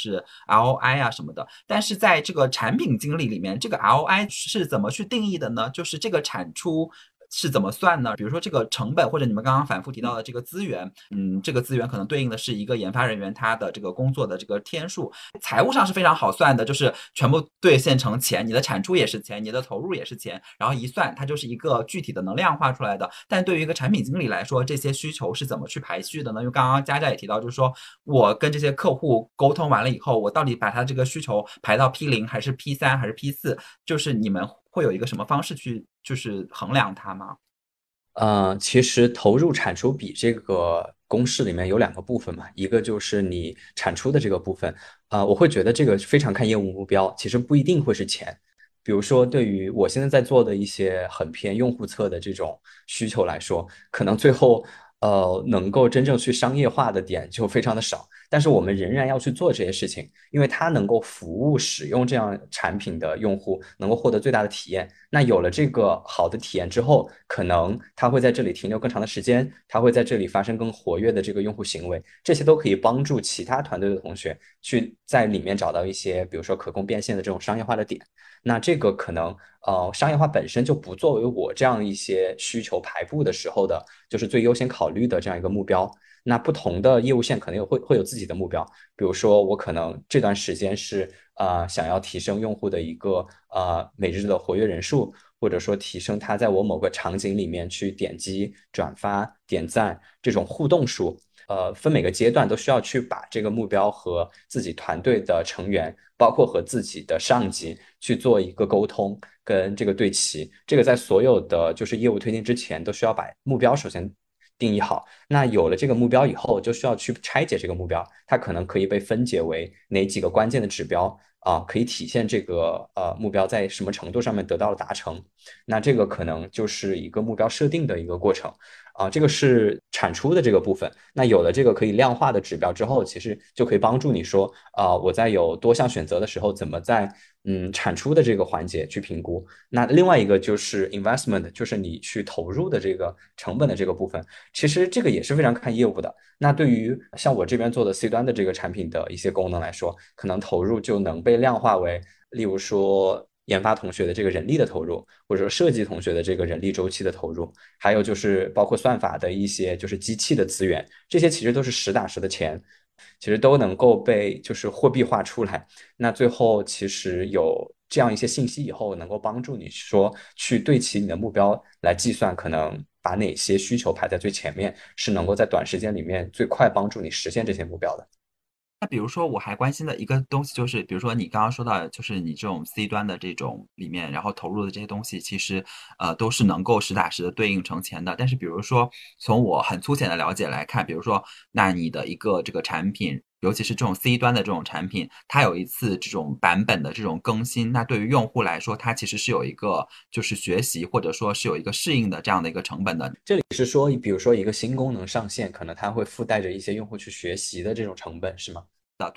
ROI 啊什么的。但是在这个产品经理里面，这个 ROI 是怎么去定义的呢？就是这个产出是怎么算呢？比如说这个成本，或者你们刚刚反复提到的这个资源，这个资源可能对应的是一个研发人员他的这个工作的这个天数，财务上是非常好算的，就是全部兑现成钱，你的产出也是钱，你的投入也是钱，然后一算它就是一个具体的能量化出来的。但对于一个产品经理来说，这些需求是怎么去排序的呢？因为刚刚佳佳也提到，就是说我跟这些客户沟通完了以后，我到底把他这个需求排到 P0 还是 P3 还是 P4，就是你们会有一个什么方式去就是衡量它吗？ 其实投入产出比这个公式里面有两个部分嘛，一个就是你产出的这个部分，我会觉得这个非常看业务目标，其实不一定会是钱。比如说，对于我现在在做的一些很偏用户侧的这种需求来说，可能最后能够真正去商业化的点就非常的少。但是我们仍然要去做这些事情，因为它能够服务使用这样产品的用户，能够获得最大的体验。那有了这个好的体验之后，可能他会在这里停留更长的时间，他会在这里发生更活跃的这个用户行为，这些都可以帮助其他团队的同学去在里面找到一些，比如说可供变现的这种商业化的点。那这个可能商业化本身就不作为我这样一些需求排布的时候的，就是最优先考虑的这样一个目标。那不同的业务线可能会有自己的目标，比如说我可能这段时间是想要提升用户的一个每日的活跃人数，或者说提升他在我某个场景里面去点击、转发、点赞这种互动数。分每个阶段都需要去把这个目标和自己团队的成员，包括和自己的上级去做一个沟通跟这个对齐。这个在所有的就是业务推进之前，都需要把目标首先定义好。那有了这个目标以后，就需要去拆解这个目标，它可能可以被分解为哪几个关键的指标可以体现这个目标在什么程度上面得到了达成。那这个可能就是一个目标设定的一个过程。这个是产出的这个部分。那有了这个可以量化的指标之后，其实就可以帮助你说，我在有多项选择的时候，怎么在产出的这个环节去评估。那另外一个就是 investment， 就是你去投入的这个成本的这个部分，其实这个也是非常看业务的。那对于像我这边做的 C 端的这个产品的一些功能来说，可能投入就能被量化为，例如说研发同学的这个人力的投入，或者说设计同学的这个人力周期的投入，还有就是包括算法的一些就是机器的资源，这些其实都是实打实的钱，其实都能够被就是货币化出来。那最后其实有这样一些信息以后，能够帮助你说去对齐你的目标来计算，可能把哪些需求排在最前面，是能够在短时间里面最快帮助你实现这些目标的。 那比如说，我还关心的一个东西就是，比如说你刚刚说到，就是你这种 C 端的这种里面，然后投入的这些东西，其实都是能够实打实的对应成钱的。但是比如说，从我很粗浅的了解来看，比如说，那你的一个这个产品，尤其是这种 C 端的这种产品，它有一次这种版本的这种更新，那对于用户来说，它其实是有一个就是学习或者说是有一个适应的这样的一个成本的。 这里是说，比如说一个新功能上线，可能它会附带着一些用户去学习的这种成本，是吗？ 对的。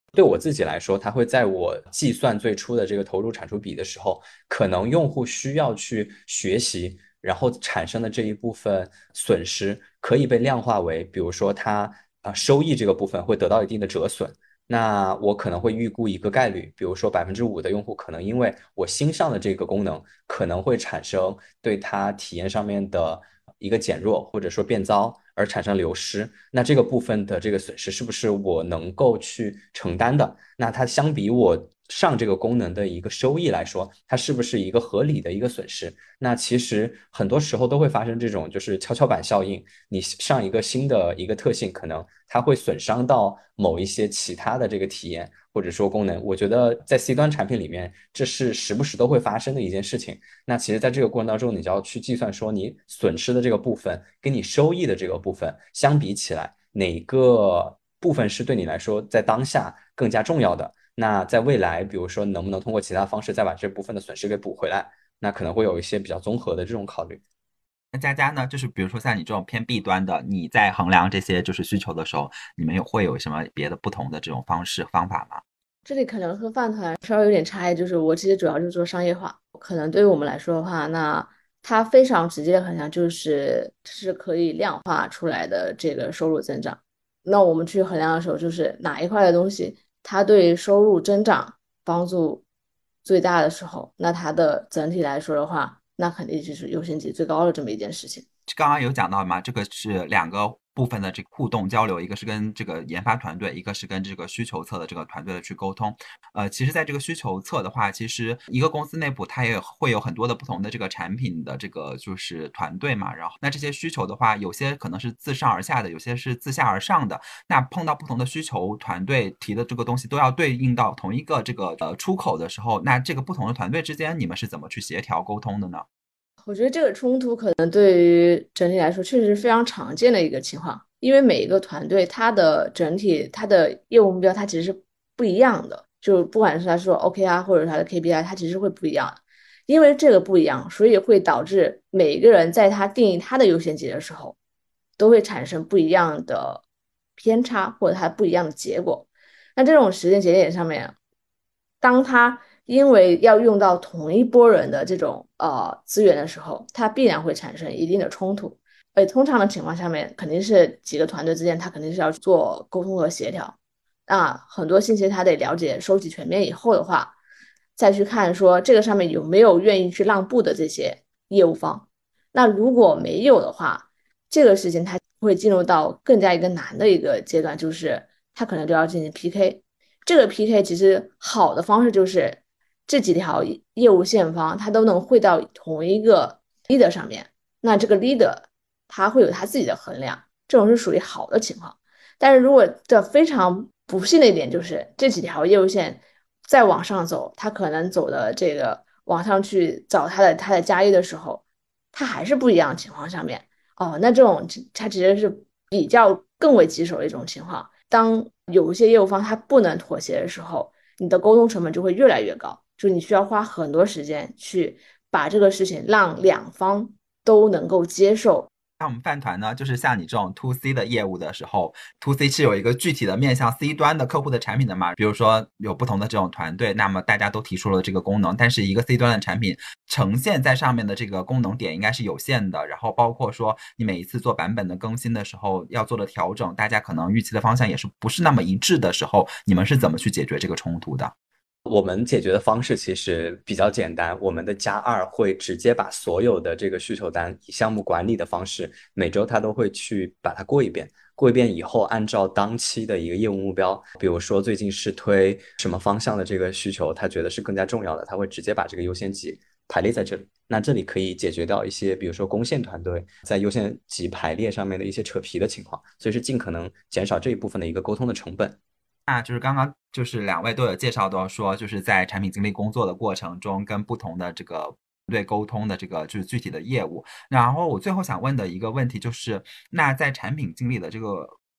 对我自己来说，它会在我计算最初的这个投入产出比的时候，可能用户需要去学习，然后产生的这一部分损失可以被量化为，比如说它收益这个部分会得到一定的折损。那我可能会预估一个概率，比如说5%的用户可能因为我新上的这个功能，可能会产生对它体验上面的一个减弱或者说变糟而产生流失。那这个部分的这个损失是不是我能够去承担的？那它相比我上这个功能的一个收益来说，它是不是一个合理的一个损失？那其实很多时候都会发生这种就是跷跷板效应，你上一个新的一个特性，可能它会损伤到某一些其他的这个体验或者说功能。我觉得在 C 端产品里面，这是时不时都会发生的一件事情。那其实在这个过程当中，你就要去计算说你损失的这个部分跟你收益的这个部分相比起来，哪个部分是对你来说在当下更加重要的？那在未来，比如说能不能通过其他方式再把这部分的损失给补回来？那可能会有一些比较综合的这种考虑。 那佳佳呢，就是比如说像你这种偏 B 端的，你在衡量这些就是需求的时候，你们会有什么别的不同的这种方法吗？ 这里可能和饭团稍微有点差异，就是我其实主要就是做商业化，可能对于我们来说的话，那它非常直接的衡量就是可以量化出来的这个收入增长。那我们去衡量的时候，就是哪一块的东西它对收入增长帮助最大的时候，那它的整体来说的话，那肯定就是优先级最高的这么一件事情。 刚刚有讲到嘛，这个是两个部分的这个互动交流，一个是跟这个研发团队，一个是跟这个需求侧的这个团队的去沟通。其实在这个需求侧的话，其实一个公司内部它也会有很多的不同的这个产品的这个就是团队嘛，然后那这些需求的话，有些可能是自上而下的，有些是自下而上的。那碰到不同的需求团队提的这个东西都要对应到同一个这个出口的时候，那这个不同的团队之间你们是怎么去协调沟通的呢？ 我觉得这个冲突可能对于整体来说确实是非常常见的一个情况，因为每一个团队它的整体它的业务目标它其实是不一样的，就不管是他说 OKR 或者它的 KPI，它其实会不一样的。因为这个不一样，所以会导致每一个人在他定义他的优先级的时候，都会产生不一样的偏差或者它不一样的结果。那这种时间节点上面，当他因为要用到同一波人的这种资源的时候，它必然会产生一定的冲突。通常的情况下面，肯定是几个团队之间，他肯定是要做沟通和协调。那很多信息他得了解、收集全面以后的话，再去看说这个上面有没有愿意去让步的这些业务方。那如果没有的话，这个事情它会进入到更加一个难的一个阶段，就是它可能就要进行 PK。这个 PK 其实好的方式就是这几条业务线方它都能汇到同一个 leader 上面，那这个 leader 他会有他自己的衡量，这种是属于好的情况。但是如果这非常不幸的一点就是这几条业务线再往上走，他可能走的这个往上去找他的加一的时候，他还是不一样的情况下面，那这种它其实是比较更为棘手的一种情况。当有一些业务方他不能妥协的时候，你的沟通成本就会越来越高，就你需要花很多时间去把这个事情让两方都能够接受。 像我们饭团呢，就是像你这种 to C 的业务的时候，to C 是有一个具体的面向 C 端的客户的产品的嘛？比如说有不同的这种团队，那么大家都提出了这个功能，但是一个 C 端的产品呈现在上面的这个功能点应该是有限的，然后包括说你每一次做版本的更新的时候要做的调整，大家可能预期的方向也是不是那么一致的时候，你们是怎么去解决这个冲突的？ 我们解决的方式其实比较简单，我们的+2会直接把所有的这个需求单以项目管理的方式，每周他都会去把它过一遍，过一遍以后，按照当期的一个业务目标，比如说最近是推什么方向的这个需求，他觉得是更加重要的，他会直接把这个优先级排列在这里。那这里可以解决掉一些，比如说攻线团队在优先级排列上面的一些扯皮的情况，所以是尽可能减少这一部分的一个沟通的成本。 那就是刚刚就是两位都有介绍到说，就是在产品经理工作的过程中，跟不同的这个团队沟通的这个就是具体的业务。然后我最后想问的一个问题就是，那在产品经理的这个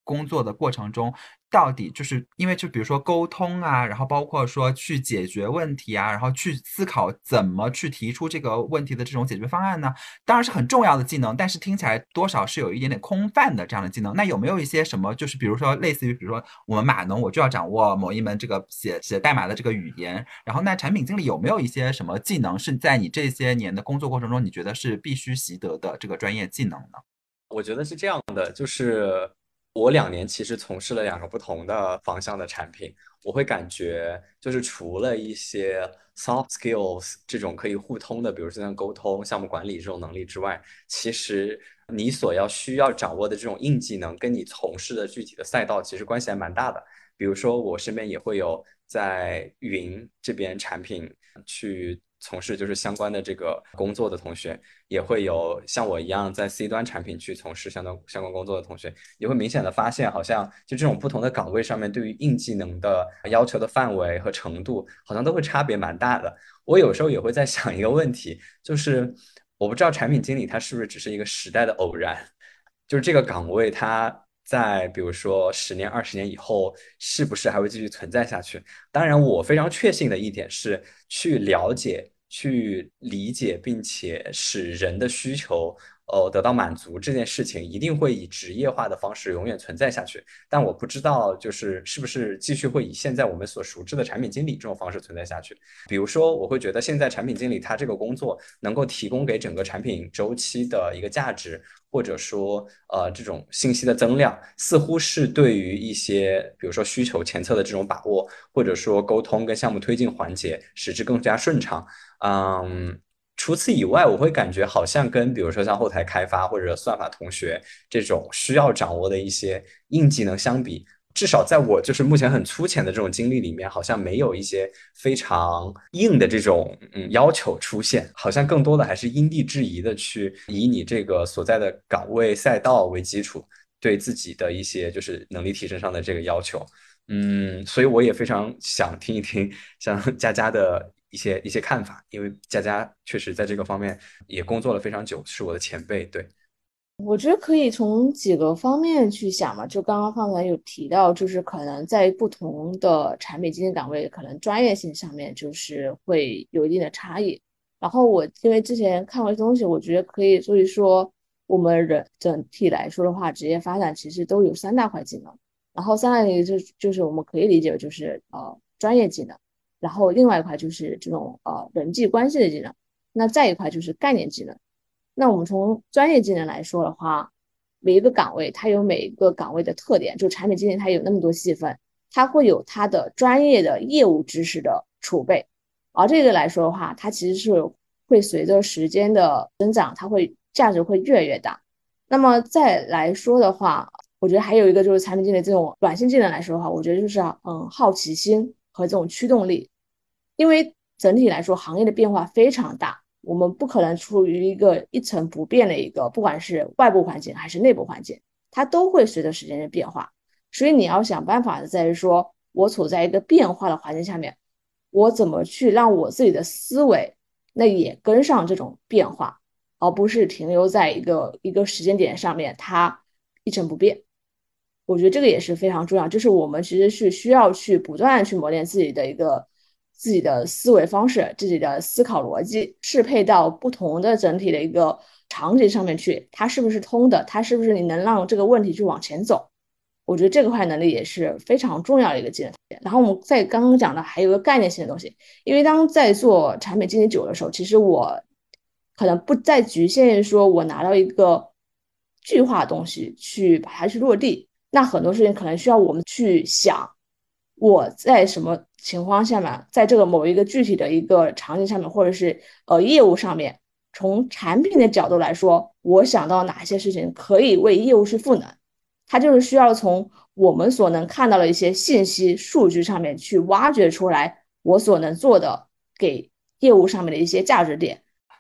工作的过程中，到底就是因为就比如说沟通啊，然后包括说去解决问题啊，然后去思考怎么去提出这个问题的这种解决方案呢，当然是很重要的技能，但是听起来多少是有一点点空泛的这样的技能。那有没有一些什么，就是比如说类似于比如说我们码农，我就要掌握某一门这个写代码的这个语言，然后那产品经理有没有一些什么技能是在你这些年的工作过程中你觉得是必须习得的这个专业技能呢？ 我觉得是这样的，就是我2年其实从事了2个不同的方向的产品，我会感觉就是除了一些 soft skills 这种可以互通的，比如说像沟通、项目管理这种能力之外，其实你需要掌握的这种硬技能，跟你从事的具体的赛道其实关系还蛮大的。比如说我身边也会有在云这边产品去从事就是相关的这个工作的同学，也会有像我一样在 C 端产品去从事相关工作的同学，也会明显的发现，好像就这种不同的岗位上面对于硬技能的要求的范围和程度，好像都会差别蛮大的。我有时候也会在想一个问题，就是我不知道产品经理他是不是只是一个时代的偶然，就是这个岗位它在比如说10年、20年以后，是不是还会继续存在下去？当然，我非常确信的一点是，去了解、去理解，并且使人的需求得到满足这件事情，一定会以职业化的方式永远存在下去。但我不知道，是不是继续会以现在我们所熟知的产品经理这种方式存在下去。比如说，我会觉得现在产品经理他这个工作能够提供给整个产品周期的一个价值，或者说这种信息的增量，似乎是对于一些比如说需求前侧的这种把握，或者说沟通跟项目推进环节使之更加顺畅。除此以外，我会感觉好像跟比如说像后台开发或者算法同学这种需要掌握的一些硬技能相比，至少在我就是目前很粗浅的这种经历里面，好像没有一些非常硬的这种要求出现，好像更多的还是因地制宜的去以你这个所在的岗位赛道为基础，对自己的一些就是能力提升上的这个要求。所以我也非常想听一听像佳佳的一些看法，因为佳佳确实在这个方面也工作了非常久，是我的前辈。对。 我觉得可以从几个方面去想嘛，就刚刚方才有提到，就是可能在不同的产品经理岗位，可能专业性上面就是会有一定的差异。然后我因为之前看过一些东西，我觉得可以，所以说我们人整体来说的话，职业发展其实都有3大块技能。然后3大块就是我们可以理解就是专业技能，然后另外一块就是这种人际关系的技能，那再一块就是概念技能。那我们从专业技能来说的话，每一个岗位它有每一个岗位的特点，就产品经理它有那么多细分，它会有它的专业的业务知识的储备，而这个来说的话，它其实是会随着时间的增长，它会价值会越来越大。那么再来说的话，我觉得还有一个就是产品经理这种软性技能来说的话，我觉得就是好奇心和这种驱动力，因为整体来说行业的变化非常大。我们不可能处于一成不变的不管是外部环境还是内部环境，它都会随着时间的变化。所以你要想办法的在于说，我处在一个变化的环境下面，我怎么去让我自己的思维那也跟上这种变化，而不是停留在一个时间点上面，它一成不变。我觉得这个也是非常重要，就是我们其实是需要去不断去磨练自己的思维方式，自己的思考逻辑，适配到不同的整体的场景上面去，它是不是通的，它是不是你能让这个问题去往前走。我觉得这个块能力也是非常重要的一个技能。然后我们在刚刚讲的还有一个概念性的东西，因为当在做产品经理久的时候，其实我可能不再局限于说我拿到一个具化的东西去把它去落地，那很多事情可能需要我们去想，我在什么情况下面，在这个某一个具体的场景上面，或者是业务上面，从产品的角度来说，我想到哪些事情可以为业务去赋能，它就是需要从我们所能看到的一些信息数据上面去挖掘出来我所能做的给业务上面的一些价值点。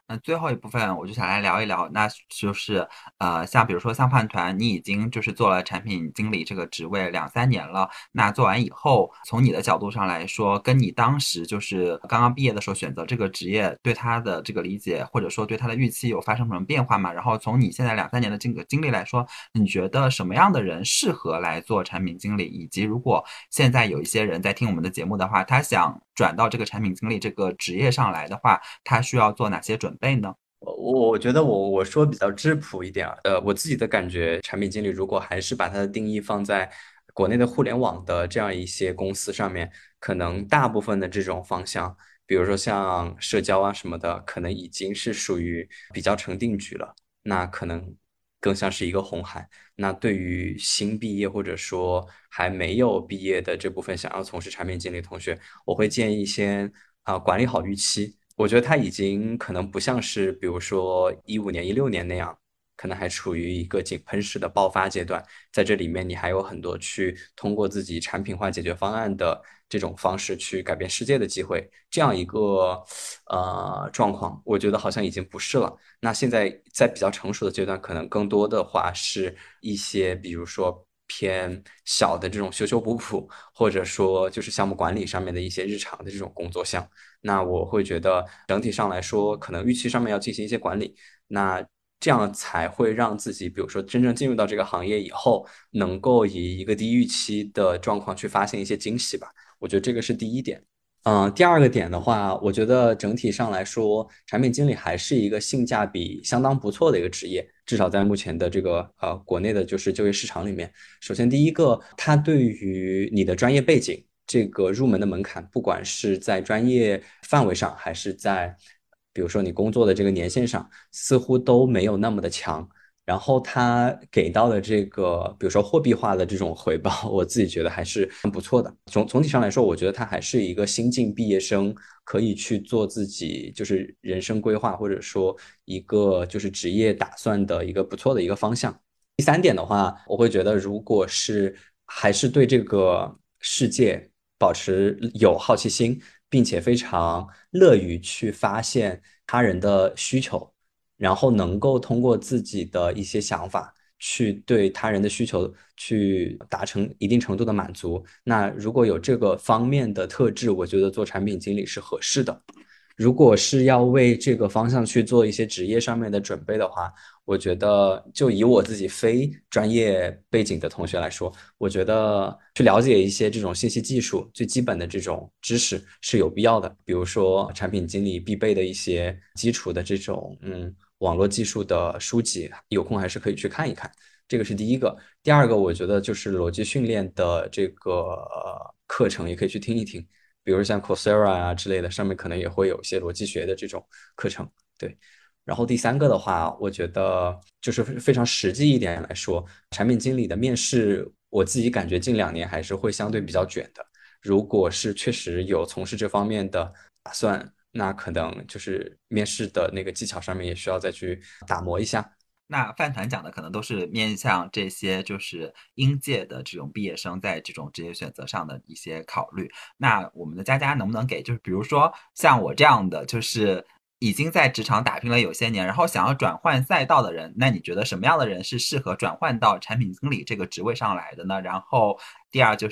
最后一部分我就想来聊一聊，那就是像比如说像饭团，你已经就是做了产品经理这个职位2、3年了，那做完以后，从你的角度上来说，跟你当时就是刚刚毕业的时候选择这个职业，对他的这个理解或者说对他的预期有发生什么变化吗？然后从你现在2、3年的这个经历来说，你觉得什么样的人适合来做产品经理？以及如果现在有一些人在听我们的节目的话，他想转到这个产品经理这个职业上来的话，他需要做哪些准备呢？ 我觉得我说比较质朴一点啊，我自己的感觉，产品经理如果还是把它的定义放在国内的互联网的这样一些公司上面，可能大部分的这种方向，比如说像社交啊什么的，可能已经是属于比较成定局了，那可能更像是一个红海。那对于新毕业或者说还没有毕业的这部分想要从事产品经理的同学，我会建议先管理好预期。我觉得他已经可能不像是比如说15年、16年那样，可能还处于一个井喷式的爆发阶段。在这里面，你还有很多去通过自己产品化解决方案的这种方式去改变世界的机会。这样一个状况，我觉得好像已经不是了。那现在在比较成熟的阶段，可能更多的话是一些比如说偏小的这种修修补补，或者说就是项目管理上面的一些日常的这种工作项。那我会觉得整体上来说，可能预期上面要进行一些管理，那这样才会让自己，比如说真正进入到这个行业以后，能够以一个低预期的状况去发现一些惊喜吧。我觉得这个是第一点。第二个点的话，我觉得整体上来说，产品经理还是一个性价比相当不错的一个职业，至少在目前的这个国内的就是就业市场里面。首先第一个，它对于你的专业背景这个入门的门槛，不管是在专业范围上，还是在比如说你工作的这个年限上，似乎都没有那么的强。然后他给到的这个，比如说货币化的这种回报，我自己觉得还是很不错的。总体上来说，我觉得他还是一个新晋毕业生可以去做自己就是人生规划，或者说一个就是职业打算的一个不错的一个方向。第三点的话，我会觉得如果是还是对这个世界保持有好奇心，并且非常乐于去发现他人的需求。然后能够通过自己的一些想法去对他人的需求去达成一定程度的满足。那如果有这个方面的特质，我觉得做产品经理是合适的。如果是要为这个方向去做一些职业上面的准备的话，我觉得就以我自己非专业背景的同学来说，我觉得去了解一些这种信息技术最基本的这种知识是有必要的。比如说产品经理必备的一些基础的这种网络技术的书籍，有空还是可以去看一看。这个是第一个。第二个，我觉得就是逻辑训练的这个课程也可以去听一听。比如像 Coursera 啊之类的，上面可能也会有一些逻辑学的这种课程，对。然后第三个的话，我觉得就是非常实际一点来说，产品经理的面试，我自己感觉近2年还是会相对比较卷的。如果是确实有从事这方面的打算，那可能就是面试的那个技巧上面也需要再去打磨一下。 那饭团讲的可能都是面向这些就是应届的这种毕业生在这种职业选择上的一些考虑。那我们的佳佳能不能给，就是比如说像我这样的，就是已经在职场打拼了有些年，然后想要转换赛道的人，那你觉得什么样的人是适合转换到产品经理这个职位上来的呢？然后第二就是，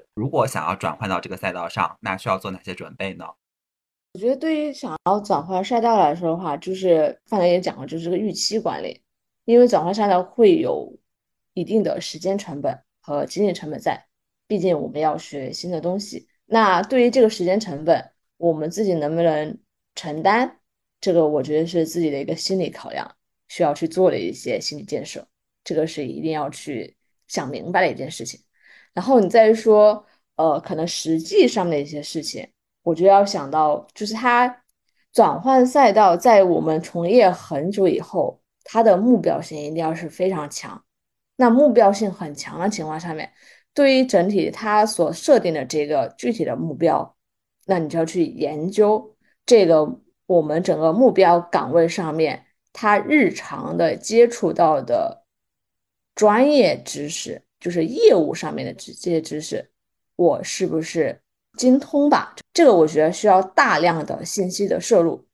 如果想要转换到这个赛道上，那需要做哪些准备呢？ 我觉得对于想要转换赛道来说的话，就是刚才也讲了，就是这个预期管理。因为转换赛道会有一定的时间成本和精力成本在，毕竟我们要学新的东西。那对于这个时间成本，我们自己能不能承担，这个我觉得是自己的一个心理考量，需要去做的一些心理建设，这个是一定要去想明白的一件事情。然后你再说，可能实际上的一些事情，我觉得要想到，就是它转换赛道，在我们从业很久以后，它的目标性一定要是非常强。那目标性很强的情况下面，对于整体它所设定的这个具体的目标，那你就要去研究这个我们整个目标岗位上面，它日常的接触到的专业知识，就是业务上面的这些知识，我是不是精通吧？这个我觉得需要大量的信息的摄入。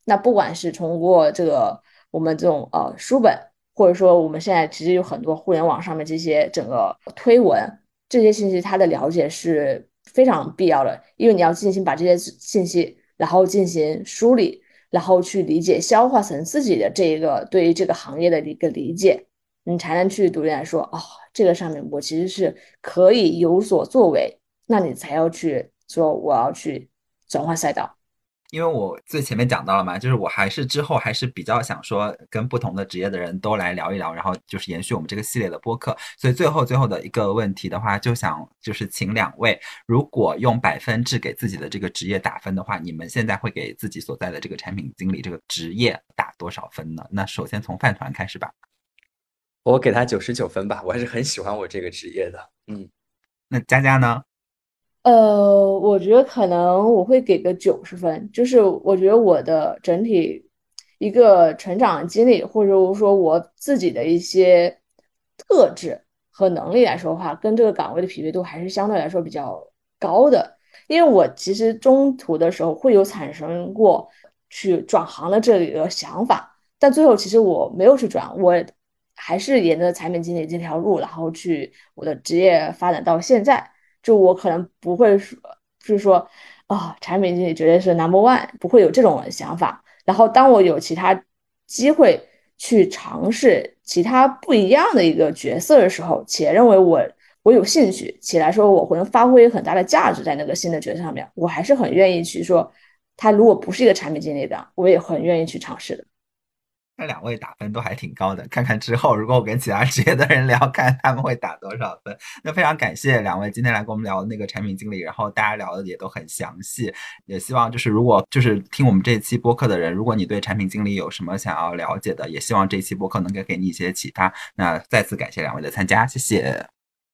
那不管是通过这个我们这种书本，或者说我们现在其实有很多互联网上面这些整个推文，这些信息它的了解是非常必要的，因为你要进行把这些信息然后进行梳理，然后去理解消化成自己的这个对于这个行业的一个理解，你才能去独立来说哦，这个上面我其实是可以有所作为，那你才要去说我要去转换赛道。 因为我最前面讲到了嘛，就是我还是之后还是比较想说跟不同的职业的人都来聊一聊，然后就是延续我们这个系列的播客。所以最后的一个问题的话，就想就是请两位，如果用100%给自己的这个职业打分的话，你们现在会给自己所在的这个产品经理这个职业打多少分呢？那首先从饭团开始吧。 我给他99分吧，我还是很喜欢我这个职业的。 那佳佳呢？ 我觉得可能我会给个90分，就是我觉得我的整体一个成长经历，或者说我自己的一些特质和能力来说的话，跟这个岗位的匹配度还是相对来说比较高的。因为我其实中途的时候会有产生过去转行的这个想法，但最后其实我没有去转，我还是沿着产品经理这条路，然后去我的职业发展到现在。就我可能不会说，就是说，产品经理绝对是 No.1，不会有这种想法。然后当我有其他机会去尝试其他不一样的一个角色的时候，且认为我有兴趣，且来说我会能发挥很大的价值在那个新的角色上面，我还是很愿意去说，他如果不是一个产品经理的，我也很愿意去尝试的。 那两位打分都还挺高的，看看之后如果我跟其他职业的人聊，看他们会打多少分。那非常感谢两位今天来跟我们聊那个产品经理，然后大家聊的也都很详细，也希望就是如果就是听我们这一期播客的人，如果你对产品经理有什么想要了解的，也希望这一期播客能够给你一些启发。那再次感谢两位的参加，谢谢。